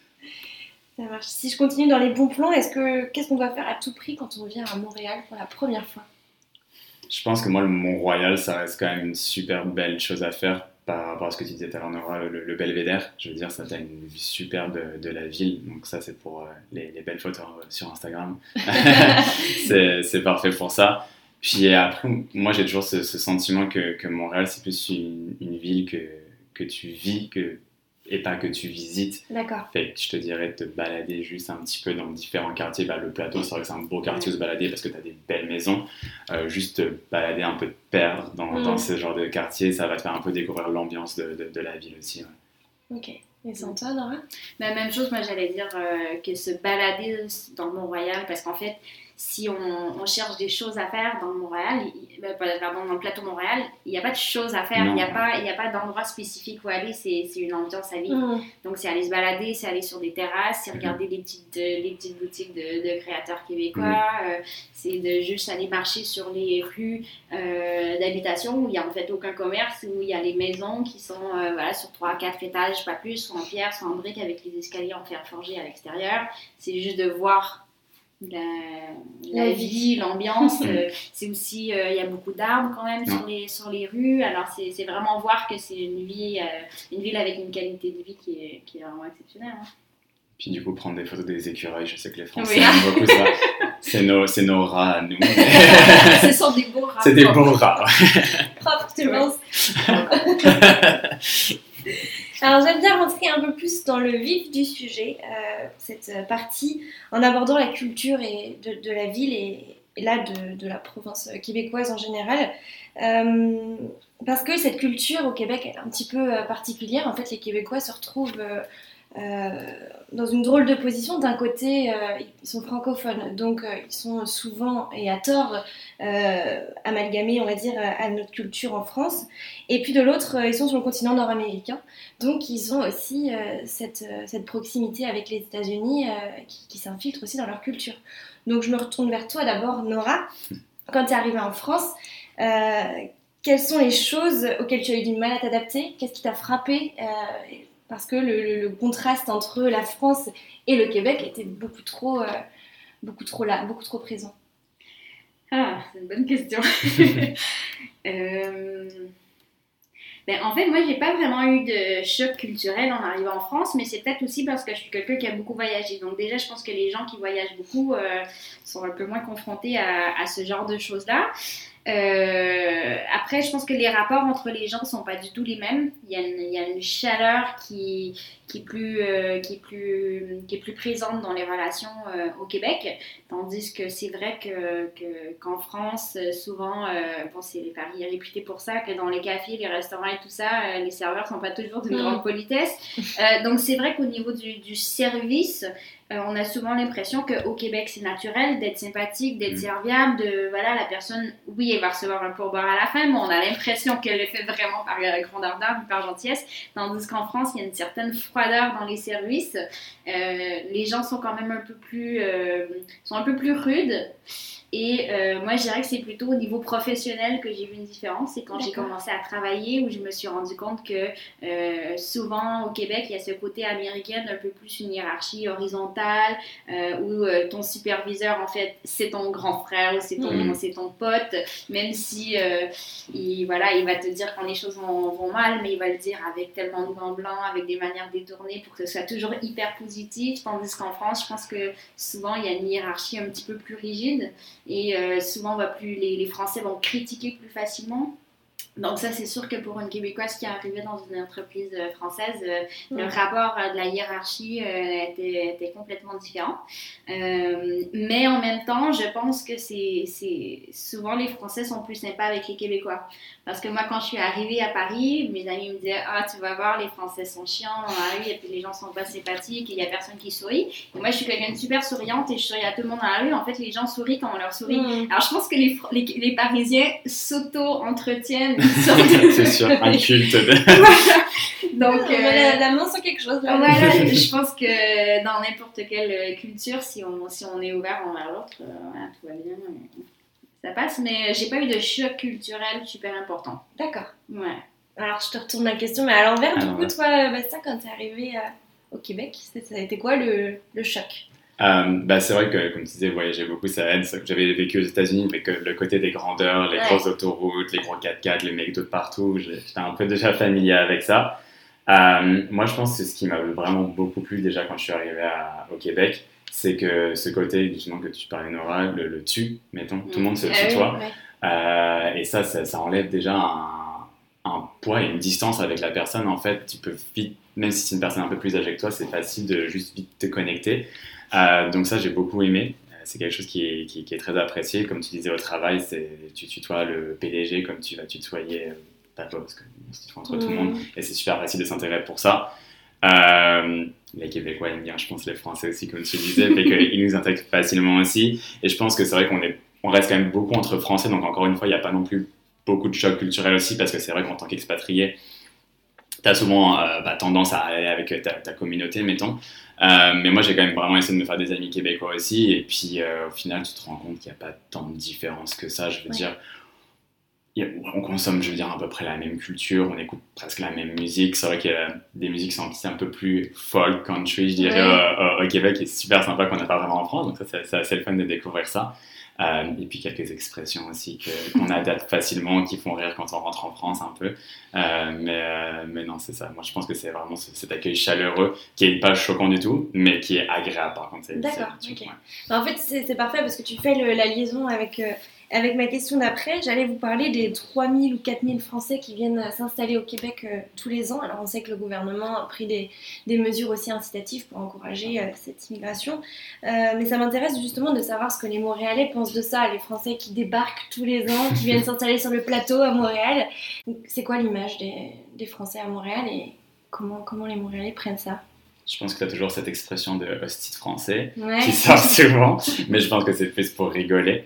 Ça marche. Si je continue dans les bons plans, est-ce que, qu'est-ce qu'on doit faire à tout prix quand on vient à Montréal pour la première fois? Je pense que moi, le Mont-Royal, ça reste quand même une super belle chose à faire par rapport à ce que tu disais tout à l'heure, Nora, le, le belvédère. Je veux dire, ça t'a une vue superbe de, de la ville. Donc ça, c'est pour euh, les, les belles photos sur Instagram. c'est, c'est parfait pour ça. Puis après, moi, j'ai toujours ce, ce sentiment que, que Montréal, c'est plus une, une ville que, que tu vis, que et pas que tu visites. D'accord. Fait que je te dirais de te balader juste un petit peu dans différents quartiers. Bah, le plateau, c'est vrai que c'est un beau quartier où se balader parce que tu as des belles maisons. Euh, juste te balader un peu, te perdre dans, mmh. dans ce genre de quartier, ça va te faire un peu découvrir l'ambiance de, de, de la ville aussi. Ouais. Ok. Et sans toi, Nora? La même chose, moi j'allais dire euh, que se balader dans le Mont-Royal, parce qu'en fait, si on, on cherche des choses à faire dans le Mont-Royal, il, pardon, dans le plateau Mont-Royal, il n'y a pas de choses à faire, il n'y a, a pas d'endroit spécifique où aller, c'est, c'est une ambiance à vivre. Mmh. Donc c'est aller se balader, c'est aller sur des terrasses, c'est regarder les petites, les petites boutiques de, de créateurs québécois, mmh. euh, c'est de juste aller marcher sur les rues euh, d'habitation où il n'y a en fait aucun commerce, où il y a les maisons qui sont euh, voilà, sur trois à quatre étages, pas plus, soit en pierre, soit en briques avec les escaliers en fer forgé à l'extérieur. C'est juste de voir la, la vie, l'ambiance. euh, c'est aussi, il euh, y a beaucoup d'arbres quand même sur les, sur les rues. Alors c'est, c'est vraiment voir que c'est une, vie, euh, une ville avec une qualité de vie qui est, qui est vraiment exceptionnelle. Hein. Puis du coup, prendre des photos des écureuils, je sais que les Français oui. aiment beaucoup ça. C'est nos, c'est nos rats à nous. Ce sont des beaux rats. C'est des beaux rats. Propre, tu penses. Alors j'aime bien rentrer un peu plus dans le vif du sujet, euh, cette partie, en abordant la culture et de, de la ville et, et là de, de la province québécoise en général. Euh, parce que cette culture au Québec elle est un petit peu particulière. En fait, les Québécois se retrouvent euh, euh, dans une drôle de position. D'un côté, euh, ils sont francophones, donc euh, ils sont souvent et à tort euh, amalgamés, on va dire, à notre culture en France. Et puis de l'autre, euh, ils sont sur le continent nord-américain, donc ils ont aussi euh, cette, euh, cette proximité avec les États-Unis euh, qui, qui s'infiltre aussi dans leur culture. Donc je me retourne vers toi d'abord, Nora. Quand tu es arrivée en France, euh, quelles sont les choses auxquelles tu as eu du mal à t'adapter? Qu'est-ce qui t'a frappé euh, parce que le, le, le contraste entre la France et le Québec était beaucoup trop, euh, beaucoup trop là, beaucoup trop présent. Ah, c'est une bonne question. euh... ben, en fait, moi, j'ai pas vraiment eu de choc culturel en arrivant en France, mais c'est peut-être aussi parce que je suis quelqu'un qui a beaucoup voyagé. Donc déjà, je pense que les gens qui voyagent beaucoup euh, sont un peu moins confrontés à, à ce genre de choses-là. Euh, après, je pense que les rapports entre les gens sont pas du tout les mêmes. Il y a une, il y a une chaleur qui, qui, est plus, euh, qui, est plus, qui est plus présente dans les relations euh, au Québec, tandis que c'est vrai que, que, qu'en France, souvent, euh, bon, c'est Paris est réputé pour ça, que dans les cafés, les restaurants et tout ça, euh, les serveurs sont pas toujours d'une mmh. grande politesse. Euh, donc c'est vrai qu'au niveau du, du service, Euh, on a souvent l'impression qu'au Québec, c'est naturel d'être sympathique, d'être mmh. serviable, de, voilà, la personne, oui, elle va recevoir un pourboire à la fin, mais on a l'impression qu'elle le fait vraiment par euh, grandeur d'âme, par gentillesse, tandis qu'en France, il y a une certaine froideur dans les services. Euh, les gens sont quand même un peu plus, euh, sont un peu plus rudes. Et euh, moi, je dirais que c'est plutôt au niveau professionnel que j'ai vu une différence. C'est quand D'accord. j'ai commencé à travailler où je me suis rendu compte que euh, souvent au Québec, il y a ce côté américain, un peu plus une hiérarchie horizontale euh, où euh, ton superviseur, en fait, c'est ton grand frère ou c'est ton, mmh. c'est ton pote. Même si euh, il, voilà, il va te dire quand les choses vont, vont mal, mais il va le dire avec tellement de gants blancs, avec des manières détournées pour que ce soit toujours hyper positif. Tandis qu'en France, je pense que souvent, il y a une hiérarchie un petit peu plus rigide. Et euh, souvent, on va plus, les, les Français vont critiquer plus facilement. Donc ça, c'est sûr que pour une Québécoise qui arrivait dans une entreprise euh, française, euh, Mm. le rapport euh, de la hiérarchie euh, était, était complètement différent. Euh, mais en même temps, je pense que c'est, c'est souvent les Français sont plus sympas avec les Québécois. Parce que moi, quand je suis arrivée à Paris, mes amis me disaient « Ah, tu vas voir, les Français sont chiants dans la rue et puis les gens sont pas sympathiques et il y a personne qui sourit. » Et moi, je suis quelqu'un de super souriante et je souris à tout le monde dans la rue. En fait, les gens sourient quand on leur sourit. Mm. Alors, je pense que les, les, les Parisiens s'auto-entretiennent une sorte de... C'est sûr, un culte de... Donc, On met euh, la, la main sur quelque chose là. voilà, je pense que dans n'importe quelle culture, si on, si on est ouvert envers l'autre, euh, voilà, tout va bien, ça passe. Mais j'ai pas eu de choc culturel super important. D'accord. Ouais. Alors je te retourne la question, mais à l'envers, À du coup, l'envers. toi, Bastien, quand t'es arrivé euh, au Québec, ça ça a été quoi le, le choc? Euh, bah, c'est vrai que, comme tu disais, voyager beaucoup, ça aide. C'est vrai que j'avais vécu aux États-Unis, mais que le côté des grandeurs, les Ouais. grosses autoroutes, les gros quatre-quatre, les McDo de partout, j'ai- j'étais un peu déjà familier avec ça. Euh, moi, je pense que c'est ce qui m'a vraiment beaucoup plu déjà quand je suis arrivé à- au Québec, c'est que ce côté, justement, que tu parlais, Nora, le, le tu, mettons, tout le monde se Ah oui, tutoie. ouais. Euh, et ça, ça, ça enlève déjà un, un poids et une distance avec la personne. En fait, tu peux vite, même si c'est une personne un peu plus âgée que toi, c'est facile de juste vite te connecter. Euh, donc ça, j'ai beaucoup aimé. Euh, C'est quelque chose qui est, qui, qui est très apprécié. Comme tu disais au travail, c'est, tu tutoies le P D G comme tu vas tutoyer euh, ta boss, comme on se tutoie entre tout le monde. Et c'est super facile de s'intégrer pour ça. Euh, les Québécois aiment bien, je pense, les Français aussi, comme tu disais, fait qu'ils nous intègrent facilement aussi. Et je pense que c'est vrai qu'on est, on reste quand même beaucoup entre Français, donc encore une fois, il n'y a pas non plus beaucoup de choc culturel aussi, parce que c'est vrai qu'en tant qu'expatrié, tu as souvent euh, bah, tendance à aller avec ta, ta communauté, mettons. Euh, mais moi, j'ai quand même vraiment essayé de me faire des amis québécois aussi. Et puis, euh, au final, tu te rends compte qu'il n'y a pas tant de différence que ça. Je veux Ouais. dire, il y a- on consomme, je veux dire, à peu près la même culture. On écoute presque la même musique. C'est vrai qu'il y a des musiques qui sont qui sont un peu plus folk, country, je dirais, Ouais. euh, au Québec, qui est super sympa qu'on n'a pas vraiment en France. Donc, ça, c'est, c'est assez le fun de découvrir ça. Euh, et puis quelques expressions aussi que, qu'on adapte facilement, qui font rire quand on rentre en France un peu. Euh, mais, euh, mais non, c'est ça. Moi, je pense que c'est vraiment ce- cet accueil chaleureux qui est pas choquant du tout, mais qui est agréable par contre. C'est, D'accord, c'est- ok. ouais. Bah, en fait, c'est c'est parfait parce que tu fais le- la liaison avec, euh, avec ma question d'après. J'allais vous parler des trois mille ou quatre mille Français qui viennent euh, s'installer au Québec euh, tous les ans. Alors, on sait que le gouvernement a pris des, des mesures aussi incitatives pour encourager euh, cette immigration. Euh, mais ça m'intéresse justement de savoir ce que les Montréalais pensent de ça, les Français qui débarquent tous les ans, qui viennent s'installer sur le plateau à Montréal. Donc, c'est quoi l'image des, des Français à Montréal et comment, comment les Montréalais prennent ça? Je pense que tu as toujours cette expression de hostie de français Ouais. qui sort souvent, mais je pense que c'est plus pour rigoler.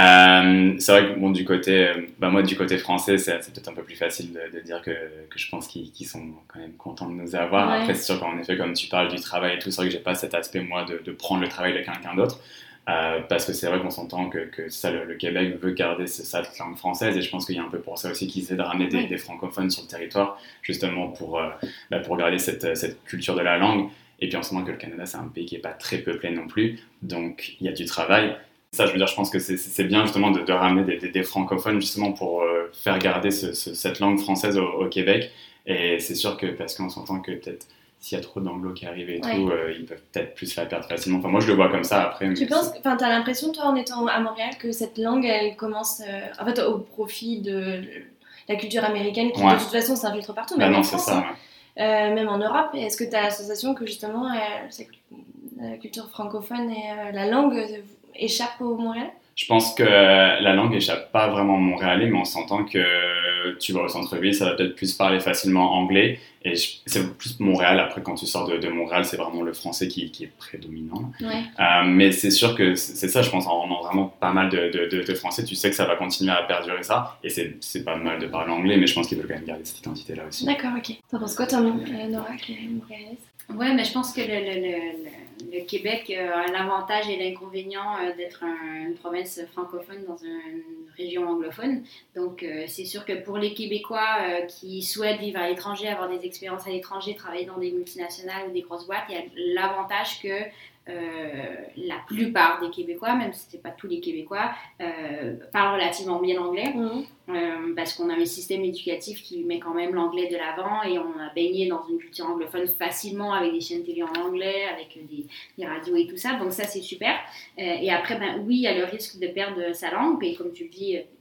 Euh, c'est vrai que bon, du côté, euh, bah moi du côté français, c'est, c'est peut-être un peu plus facile de, de dire que, que je pense qu'ils, qu'ils sont quand même contents de nous avoir. Ouais. Après, c'est sûr qu'en effet, comme tu parles du travail et tout, c'est vrai que j'ai pas cet aspect moi de, de prendre le travail de quelqu'un d'autre, euh, parce que c'est vrai qu'on s'entend que, que ça, le, le Québec veut garder ce- cette langue française, et je pense qu'il y a un peu pour ça aussi qu'ils essaient de ramener des, Ouais. des francophones sur le territoire, justement pour, euh, bah, pour garder cette, cette culture de la langue. Et puis en ce moment que le Canada, c'est un pays qui est pas très peuplé non plus, donc il y a du travail. Ça, je veux dire, je pense que c'est, c'est bien justement de, de ramener des, des, des francophones justement pour euh, faire garder ce, ce, cette langue française au, au Québec. Et c'est sûr que, parce qu'on s'entend que peut-être s'il y a trop d'anglo qui arrivent et Ouais. tout, euh, ils peuvent peut-être plus la perdre facilement. Enfin, moi, je le vois comme ça après. Tu mais penses, c'est- enfin, t'as l'impression, toi, en étant à Montréal, que cette langue, elle commence, euh, en fait, au profit de la culture américaine, qui Ouais. de toute façon s'infiltre partout, Bah même non, en c'est France, ça. hein, Ouais. euh, même en Europe. Et est-ce que t'as la sensation que justement, euh, cette- la culture francophone et euh, la langue euh, échappent au Montréal? Je pense que la langue échappe pas vraiment au montréalais, mais on s'entend que tu vas au centre-ville, ça va peut-être plus parler facilement anglais. Et je- c'est plus Montréal. Après, quand tu sors de, de Montréal, c'est vraiment le français qui, qui est prédominant. Ouais. Euh, mais c'est sûr que c'est c'est ça, je pense, en rendant vraiment pas mal de, de, de, de Français, tu sais que ça va continuer à perdurer ça. Et c'est, c'est pas mal de parler anglais, mais je pense qu'ils veulent quand même garder cette identité-là aussi. D'accord, ok. T'en penses quoi, toi, euh, Nora, qui est montréalaise? Ouais, mais je pense que le, le, le, le, le Québec euh, a l'avantage et l'inconvénient euh, d'être un- une province francophone dans une région anglophone. Donc, euh, c'est sûr que pour les Québécois euh, qui souhaitent vivre à l'étranger, avoir des expériences à l'étranger, travailler dans des multinationales ou des grosses boîtes, il y a l'avantage que euh, la plupart des Québécois, même si ce n'est pas tous les Québécois, euh, parlent relativement bien anglais. Mhm. Euh, parce qu'on a un système éducatif qui met quand même l'anglais de l'avant et on a baigné dans une culture anglophone facilement avec des chaînes télé en anglais, avec des, des radios et tout ça, donc ça c'est super. Euh, et après, ben, oui, il y a le risque de perdre sa langue, et comme tu le dis,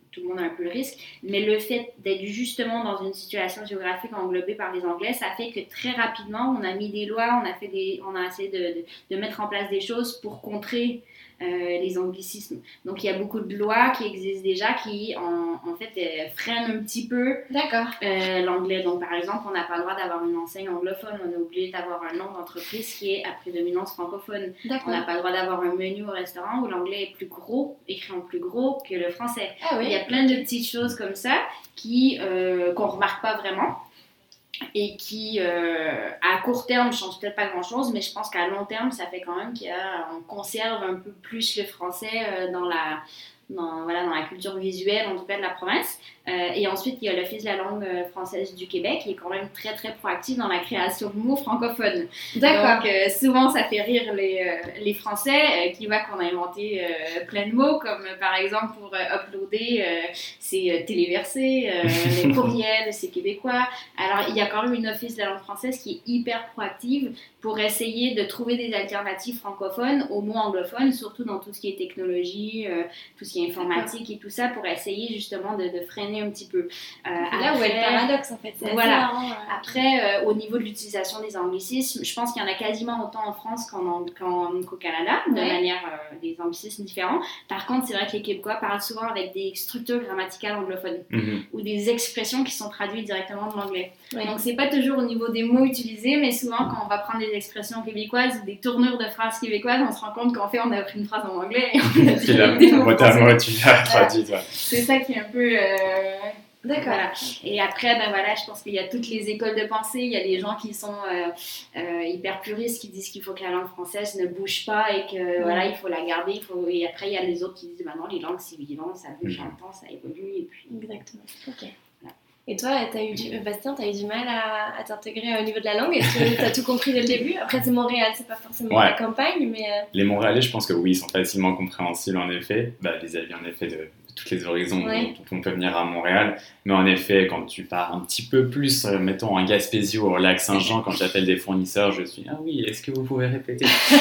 tout le monde a un peu le risque, mais le fait d'être justement dans une situation géographique englobée par les Anglais, ça fait que très rapidement, on a mis des lois, on a, fait des, on a essayé de, de, de mettre en place des choses pour contrer euh, les anglicismes. Donc, il y a beaucoup de lois qui existent déjà qui, en, en fait, euh, freinent un petit peu euh, l'anglais. Donc, par exemple, on n'a pas le droit d'avoir une enseigne anglophone, on est obligé d'avoir un nom d'entreprise qui est à prédominance francophone. On n'a pas le droit d'avoir un menu au restaurant où l'anglais est plus gros, écrit en plus gros que le français. Ah oui. Il y a plein de petites choses comme ça qui, euh, qu'on ne remarque pas vraiment et qui, euh, à court terme, ne changent peut-être pas grand-chose, mais je pense qu'à long terme, ça fait quand même qu'on conserve un peu plus le français euh, dans la... Dans, voilà, dans la culture visuelle, en tout cas de la province. Euh, et ensuite, il y a l'Office de la langue française du Québec qui est quand même très, très proactif dans la création de mots francophones. D'accord. Donc, euh, souvent, ça fait rire les, euh, les Français euh, qui voient qu'on a inventé euh, plein de mots, comme euh, par exemple pour euh, uploader, euh, c'est euh, téléversé, euh, les courriels, c'est québécois. Alors, il y a quand même une Office de la langue française qui est hyper proactive pour essayer de trouver des alternatives francophones aux mots anglophones, surtout dans tout ce qui est technologie, euh, tout ce qui est informatique et tout ça, pour essayer justement de, de freiner un petit peu. Euh, c'est là après, où est le paradoxe en fait. C'est voilà. Marrant, ouais. Après, euh, au niveau de l'utilisation des anglicismes, je pense qu'il y en a quasiment autant en France qu'en, qu'en, qu'au Canada, de ouais. manière euh, des anglicismes différents. Par contre, c'est vrai que les Québécois parlent souvent avec des structures grammaticales anglophones mm-hmm. ou des expressions qui sont traduites directement de l'anglais. Ouais. Donc, c'est pas toujours au niveau des mots utilisés, mais souvent quand on va prendre des expressions québécoises, des tournures de phrases québécoises, on se rend compte qu'en fait, on a pris une phrase en anglais et on a dit des mots français. Tu l'as traduit, voilà. C'est ça qui est un peu... Euh... D'accord. Voilà. Et après, ben voilà, je pense qu'il y a toutes les écoles de pensée. Il y a les gens qui sont euh, euh, hyper puristes, qui disent qu'il faut que la langue française ne bouge pas et que ouais. voilà, il faut la garder. Il faut... Et après, il y a les autres qui disent, ben non, les langues, c'est vivant, ça bouge dans le temps, ça évolue. Et puis... Exactement. Ok. Voilà. Et toi, t'as eu du... Bastien, tu as eu du mal à, à t'intégrer au niveau de la langue? Est-ce que tu as tout compris dès le début? Après, c'est Montréal, c'est pas forcément ouais. la campagne, mais... Euh... Les Montréalais, je pense que oui, ils sont facilement compréhensibles, en effet. Bah, les avis, en effet, de, de toutes les horizons ouais. dont on peut venir à Montréal. Mais en effet, quand tu pars un petit peu plus, euh, mettons, en Gaspésie ou au Lac-Saint-Jean, quand j'appelle des fournisseurs, je suis « Ah oui, est-ce que vous pouvez répéter ?»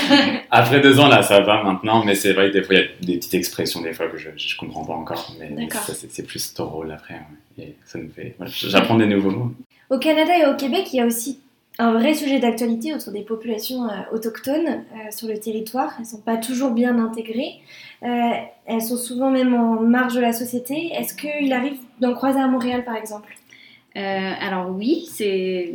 Après deux ans, là, ça va maintenant, mais c'est vrai que des fois, il y a des petites expressions, des fois, que je ne comprends pas encore. Mais ça, c'est, c'est plus ton rôle après. Ouais. Et ça nous fait... Voilà, j'apprends des nouveaux mots. Au Canada et au Québec, il y a aussi un vrai sujet d'actualité autour des populations euh, autochtones euh, sur le territoire. Elles ne sont pas toujours bien intégrées. Euh, elles sont souvent même en marge de la société. Est-ce qu'il arrive d'en croiser à Montréal, par exemple? euh, Alors oui, c'est...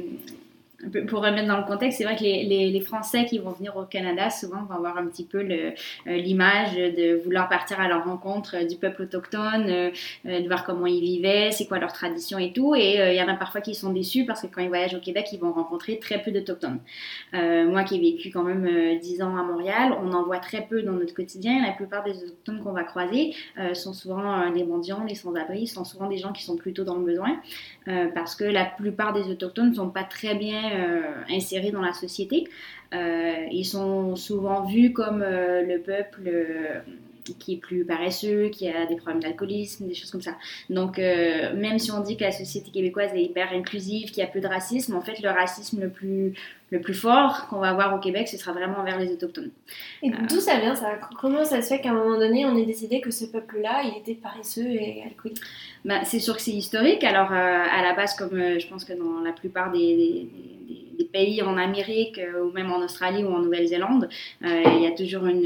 Pour remettre dans le contexte, c'est vrai que les, les, les Français qui vont venir au Canada, souvent, vont avoir un petit peu le, euh, l'image de vouloir partir à leur rencontre euh, du peuple autochtone, euh, de voir comment ils vivaient, c'est quoi leur tradition et tout. Et il euh, y en a parfois qui sont déçus parce que quand ils voyagent au Québec, ils vont rencontrer très peu d'Autochtones. Euh, moi qui ai vécu quand même euh, dix ans à Montréal, on en voit très peu dans notre quotidien. La plupart des Autochtones qu'on va croiser euh, sont souvent euh, des mendiants, des sans-abri, sont souvent des gens qui sont plutôt dans le besoin euh, parce que la plupart des Autochtones ne sont pas très bien Euh, insérés dans la société. Euh, ils sont souvent vus comme euh, le peuple euh, qui est plus paresseux, qui a des problèmes d'alcoolisme, des choses comme ça. Donc, euh, même si on dit que la société québécoise est hyper inclusive, qu'il y a peu de racisme, en fait, le racisme le plus, le plus fort qu'on va avoir au Québec, ce sera vraiment envers les Autochtones. Et euh, d'où ça vient, ça? Comment ça se fait qu'à un moment donné, on ait décidé que ce peuple-là, il était paresseux et alcoolique? Ben, c'est sûr que c'est historique. Alors, euh, à la base, comme euh, je pense que dans la plupart des, des, des, des pays en Amérique, euh, ou même en Australie ou en Nouvelle-Zélande, euh, il y a toujours une...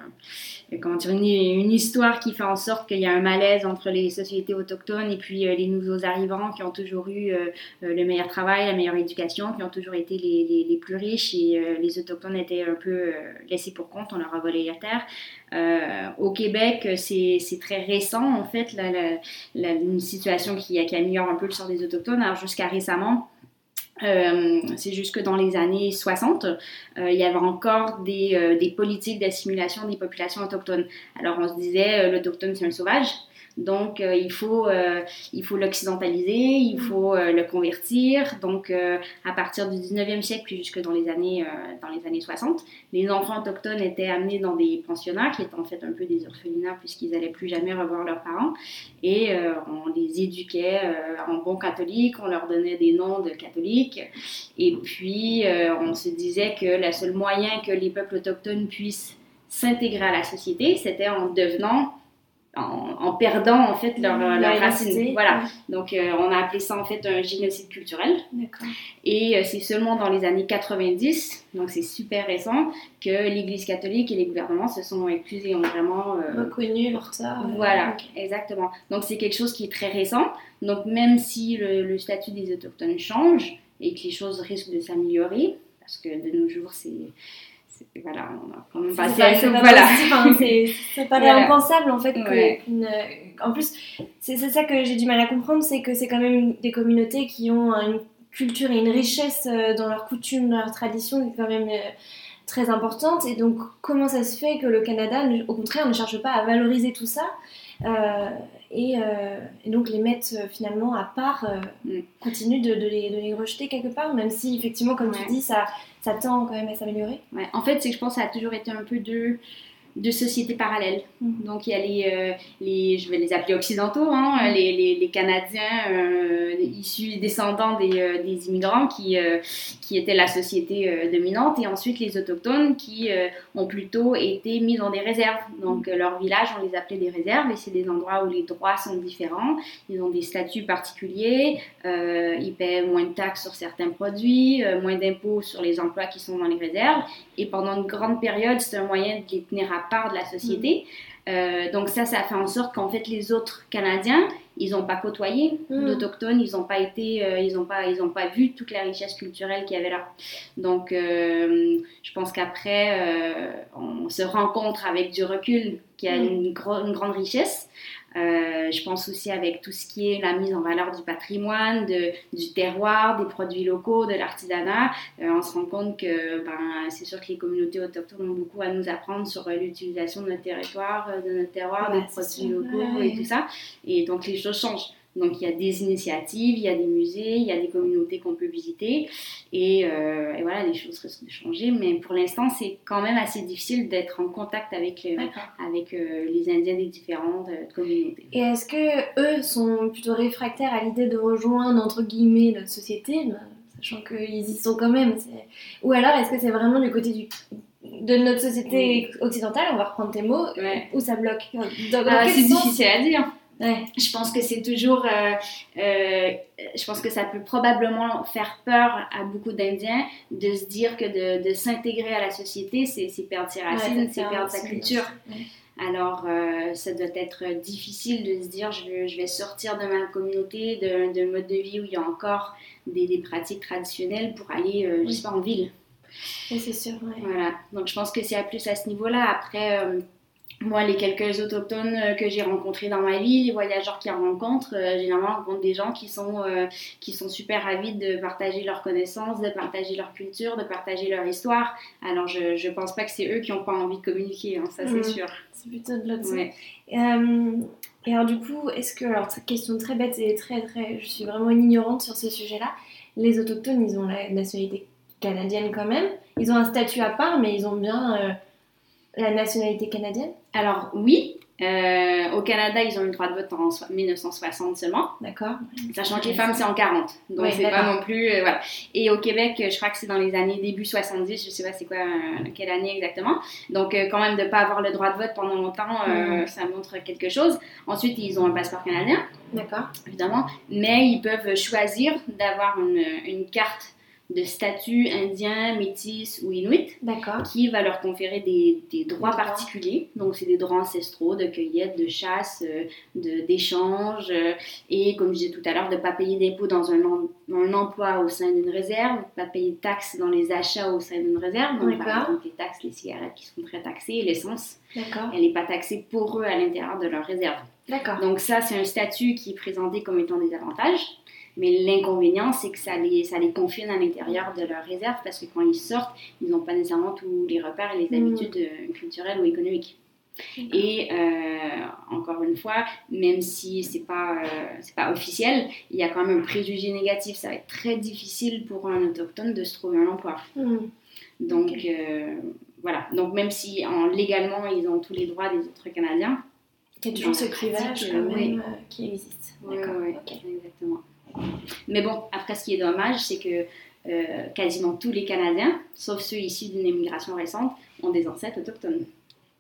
Euh, comment dire, une, une histoire qui fait en sorte qu'il y a un malaise entre les sociétés autochtones et puis euh, les nouveaux arrivants qui ont toujours eu euh, le meilleur travail, la meilleure éducation, qui ont toujours été les, les, les plus riches et euh, les autochtones étaient un peu euh, laissés pour compte, on leur a volé la terre. Euh, au Québec, c'est, c'est très récent en fait, la, la, la, une situation qui, qui améliore un peu le sort des autochtones. Alors jusqu'à récemment, Euh, c'est juste que dans les années soixante, euh, il y avait encore des, euh, des politiques d'assimilation des populations autochtones. Alors on se disait, euh, l'autochtone c'est un sauvage, donc euh, il, faut, euh, il faut l'occidentaliser, il faut euh, le convertir. Donc euh, à partir du dix-neuvième siècle, puis jusque dans les années, euh, dans les années soixante, les enfants autochtones étaient amenés dans des pensionnats qui étaient en fait un peu des orphelinats puisqu'ils n'allaient plus jamais revoir leurs parents. Et euh, on les éduquait euh, en bons catholiques, on leur donnait des noms de catholiques. Et puis euh, on se disait que le seul moyen que les peuples autochtones puissent s'intégrer à la société, c'était en devenant en, en perdant en fait leur, Mmh, leur la racine. identité. Voilà. Ouais. Donc euh, on a appelé ça en fait un génocide culturel. D'accord. Et euh, c'est seulement dans les années quatre-vingt-dix, donc c'est super récent, que l'Église catholique et les gouvernements se sont excusés, ont vraiment euh, reconnu leur tort. Euh, voilà, okay. exactement. Donc c'est quelque chose qui est très récent. Donc même si le, le statut des autochtones change et que les choses risquent de s'améliorer, parce que de nos jours c'est voilà, on a quand même passé à tout. Voilà. Enfin, ça paraît voilà. impensable en fait. Que ouais. une, en plus, c'est ça que j'ai du mal à comprendre, c'est que c'est quand même des communautés qui ont une culture et une richesse dans leurs coutumes, dans leurs traditions, qui est quand même très importante. Et donc, comment ça se fait que le Canada, au contraire, ne cherche pas à valoriser tout ça euh, et, euh, et donc les mettre euh, finalement à part, euh, mm. continue de, de, les, de les rejeter quelque part, même si effectivement, comme ouais. tu dis, ça, ça tend quand même à s'améliorer. Ouais. En fait, c'est que je pense que ça a toujours été un peu de, de sociétés parallèles. Mm. Donc il y a les, euh, les, je vais les appeler occidentaux, hein, mm. les, les, les Canadiens euh, issus, descendants des, euh, des immigrants qui, euh, qui étaient la société euh, dominante, et ensuite les autochtones qui euh, ont plutôt été mis dans des réserves. Donc mm. euh, leurs villages, on les appelait des réserves, et c'est des endroits où les droits sont différents, ils ont des statuts particuliers, euh, ils paient moins de taxes sur certains produits, euh, moins d'impôts sur les emplois qui sont dans les réserves, et pendant une grande période, c'est un moyen de les tenir à part de la société. Mmh. Euh, donc ça, ça fait en sorte qu'en fait les autres Canadiens, ils n'ont pas côtoyé mmh. d'Autochtones, ils n'ont pas été, euh, ils n'ont pas, ils n'ont pas vu toute la richesse culturelle qu'il y avait là. Donc euh, je pense qu'après, euh, on se rencontre avec du recul qu'il y a mmh. une, gro- une grande richesse. Euh, je pense aussi avec tout ce qui est la mise en valeur du patrimoine, de, du terroir, des produits locaux, de l'artisanat. Euh, on se rend compte que ben, c'est sûr que les communautés autochtones ont beaucoup à nous apprendre sur euh, l'utilisation de notre territoire, euh, de notre terroir, ouais, des produits sûr. locaux ouais. et tout ça. Et donc les choses changent. Donc il y a des initiatives, il y a des musées, il y a des communautés qu'on peut visiter. Et, euh, et voilà, les choses risquent de changer. Mais pour l'instant, c'est quand même assez difficile d'être en contact avec, euh, avec euh, les Indiens des différentes euh, communautés. Et est-ce qu'eux sont plutôt réfractaires à l'idée de rejoindre, entre guillemets, notre société, ben, sachant qu'ils y sont quand même c'est... Ou alors, est-ce que c'est vraiment du côté du... de notre société mmh. occidentale, on va reprendre tes mots, ouais. où ça bloque dans, dans ah, C'est sens... difficile à dire. Ouais. Je pense que c'est toujours, euh, euh, je pense que ça peut probablement faire peur à beaucoup d'Indiens de se dire que de, de s'intégrer à la société, c'est, c'est perdre ses racines, ouais, c'est perdre sa culture. Ouais. Alors, euh, ça doit être difficile de se dire, je, je vais sortir de ma communauté, de, de mode de vie où il y a encore des, des pratiques traditionnelles pour aller, euh, oui. je sais pas, en ville. Oui, c'est sûr. Ouais. Voilà. Donc, je pense que c'est plus à ce niveau-là. Après. Euh, Moi, les quelques autochtones que j'ai rencontrés dans ma vie, les voyageurs qui en rencontrent, euh, généralement, on rencontre des gens qui sont, euh, qui sont super avides de partager leurs connaissances, de partager leur culture, de partager leur histoire. Alors, je ne pense pas que c'est eux qui n'ont pas envie de communiquer, hein, ça mmh. c'est sûr. C'est plutôt de l'autre ouais. euh, Et alors, du coup, est-ce que, alors, question très bête et très, très, je suis vraiment une ignorante sur ce sujet-là, les autochtones, ils ont la nationalité canadienne quand même, ils ont un statut à part, mais ils ont bien... Euh, la nationalité canadienne? Alors oui, euh, au Canada, ils ont eu le droit de vote en dix-neuf cent soixante seulement. D'accord. Sachant que les femmes, c'est en quarante. Donc oui, c'est d'accord. Pas non plus... Euh, voilà. Et au Québec, je crois que c'est dans les années début soixante-dix, je sais pas c'est quoi, euh, quelle année exactement. Donc euh, quand même, de ne pas avoir le droit de vote pendant longtemps, euh, mmh. ça montre quelque chose. Ensuite, ils ont un passeport canadien. D'accord. Évidemment. Mais ils peuvent choisir d'avoir une, une carte de statut indien, métis ou inuit, d'accord. qui va leur conférer des, des droits d'accord. particuliers. Donc, c'est des droits ancestraux de cueillette, de chasse, de, d'échange. Et comme je disais tout à l'heure, de ne pas payer d'impôts dans un, dans un emploi au sein d'une réserve, de ne pas payer de taxes dans les achats au sein d'une réserve. Donc, d'accord. par exemple, les taxes, les cigarettes qui sont très taxées, l'essence, d'accord. elle n'est pas taxée pour eux à l'intérieur de leur réserve. D'accord. Donc, ça, c'est un statut qui est présenté comme étant des avantages. Mais l'inconvénient, c'est que ça les, ça les confine à l'intérieur de leur réserve parce que quand ils sortent, ils n'ont pas nécessairement tous les repères et les mmh. habitudes euh, culturelles ou économiques. Mmh. Et euh, encore une fois, même si ce n'est pas, euh, c'est pas officiel, il y a quand même un préjugé négatif. Ça va être très difficile pour un autochtone de se trouver un emploi. Mmh. Donc, okay. euh, voilà. Donc, même si en, légalement, ils ont tous les droits des autres Canadiens, il y a toujours ce clivage quand même oui. euh, qui existe. D'accord. Oui, oui, okay. Exactement. Mais bon, après, ce qui est dommage, c'est que euh, quasiment tous les Canadiens, sauf ceux issus d'une immigration récente, ont des ancêtres autochtones.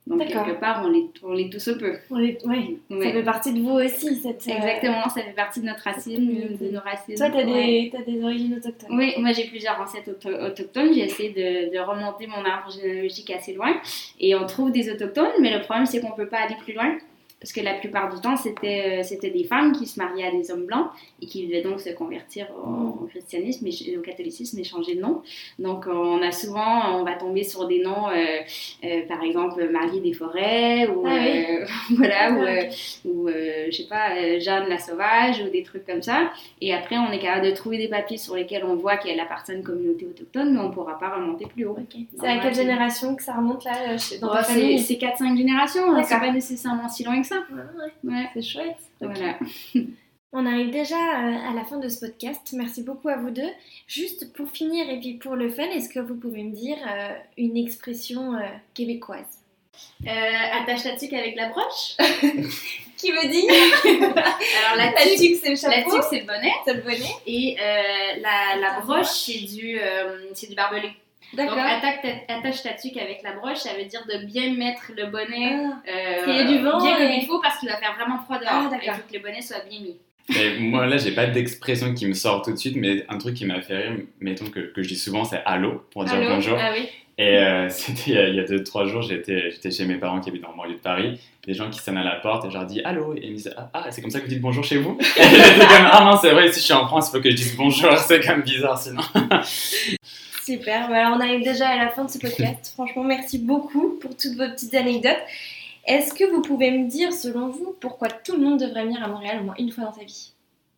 Donc, D'accord. quelque part, on les, on les tousse un peu. On est... ouais. Ouais. Ça fait partie de vous aussi, cette... euh, Exactement, ça fait partie de notre racine, communauté. de nos racines. Toi, t'as des, Ouais. t'as des origines autochtones. Oui, moi j'ai plusieurs ancêtres auto- autochtones. J'ai essayé de, de remonter mon arbre généalogique assez loin. Et on trouve des autochtones, mais le problème c'est qu'on ne peut pas aller plus loin. Parce que la plupart du temps, c'était, c'était des femmes qui se mariaient à des hommes blancs et qui devaient donc se convertir au, au christianisme et au catholicisme et changer de nom. Donc, on a souvent, on va tomber sur des noms, euh, euh, par exemple, Marie des Forêts, ou, Ah oui. euh, voilà, ou, Ah, euh, ou euh, je sais pas, euh, Jeanne la Sauvage, ou des trucs comme ça. Et après, on est capable de trouver des papiers sur lesquels on voit qu'elle appartient à une communauté autochtone, mais on ne pourra pas remonter plus haut. Ok. C'est à quelle génération que ça remonte là euh, chez- dans Oh, ta c'est, famille? c'est quatre cinq générations, hein, c'est D'accord. pas nécessairement si loin que ça. Ouais, ouais. Ouais, C'est chouette. Ok. voilà. On arrive déjà euh, à la fin de ce podcast. Merci beaucoup à vous deux. Juste pour finir et puis pour le fun, est-ce que vous pouvez me dire euh, une expression euh, québécoise? Euh, attache ta tuque avec la broche. Qui me dit? Alors la La tuque, tuque, c'est le la chapeau. tuque, c'est le bonnet. C'est le bonnet. Et euh, la, la Ta broche, broche. c'est du, euh, c'est du barbelé. Donc D'accord. attaque ta- attache ta tuque avec la broche, ça veut dire de bien mettre le bonnet Ah. euh, qu'il y ait du vent bien comme et- il faut parce qu'il va faire vraiment froid dehors. Ah, d'accord. Il faut que le bonnet soit bien mis. Et moi, là, j'ai pas d'expression qui me sort tout de suite, mais un truc qui m'a fait rire, mettons que, que je dis souvent, c'est allô pour dire Allô? bonjour. Ah oui. Et euh, c'était il y a- il y a deux trois jours, j'étais, j'étais chez mes parents qui habitent dans le banlieue de Paris. Des gens qui sonnent à la porte et je leur dis allô. Et ils me disent ah, ah, c'est comme ça que vous dites bonjour chez vous? Et j'étais comme ah non, c'est vrai, si je suis en France, il faut que je dise bonjour, c'est comme bizarre sinon. Super, voilà, on arrive déjà à la fin de ce podcast. Franchement, merci beaucoup pour toutes vos petites anecdotes. Est-ce que vous pouvez me dire, selon vous, pourquoi tout le monde devrait venir à Montréal au moins une fois dans sa vie?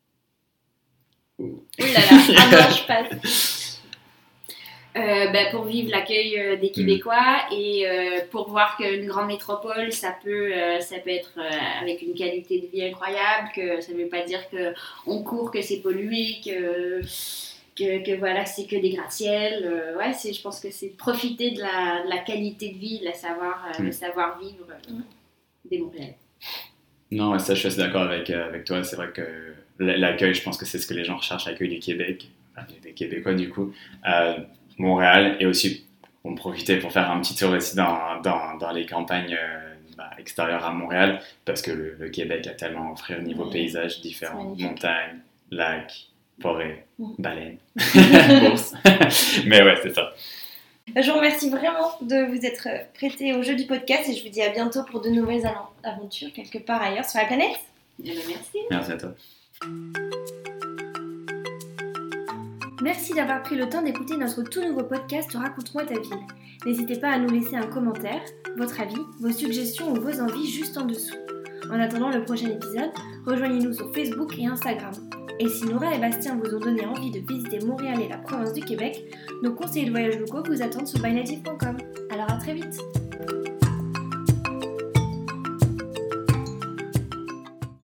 Oh là là. Ah non, je passe. Euh, ben, pour vivre l'accueil euh, des Québécois et euh, pour voir qu'une grande métropole, ça peut, euh, ça peut être euh, avec une qualité de vie incroyable, que ça ne veut pas dire qu'on court, que c'est pollué, que, que, que voilà, c'est que des gratte-ciel. Euh, ouais, c'est, je pense que c'est profiter de la, de la qualité de vie, de la savoir, euh, Mm. le savoir-vivre euh, des Montréalais. Non, ouais, ça, je suis assez d'accord avec, euh, avec toi. C'est vrai que l- l'accueil, je pense que c'est ce que les gens recherchent, l'accueil du Québec, enfin, des Québécois du coup. Euh, Montréal, et aussi on profitait pour faire un petit tour aussi dans, dans, dans les campagnes euh, bah, extérieures à Montréal, parce que le, le Québec a tellement à offrir niveau Ouais. paysage différents, magnifique. montagnes, lacs, forêts, Mm. baleines, ours. Mais ouais, c'est ça. Je vous remercie vraiment de vous être prêté au jeu du podcast et je vous dis à bientôt pour de nouvelles avan- aventures quelque part ailleurs sur la planète. Eh ben, merci. Merci à toi. Merci d'avoir pris le temps d'écouter notre tout nouveau podcast Raconte-moi ta ville. N'hésitez pas à nous laisser un commentaire, votre avis, vos suggestions ou vos envies juste en dessous. En attendant le prochain épisode, rejoignez-nous sur Facebook et Instagram. Et si Nora et Bastien vous ont donné envie de visiter Montréal et la province du Québec, nos conseillers de voyage locaux vous attendent sur by native point com. Alors à très vite!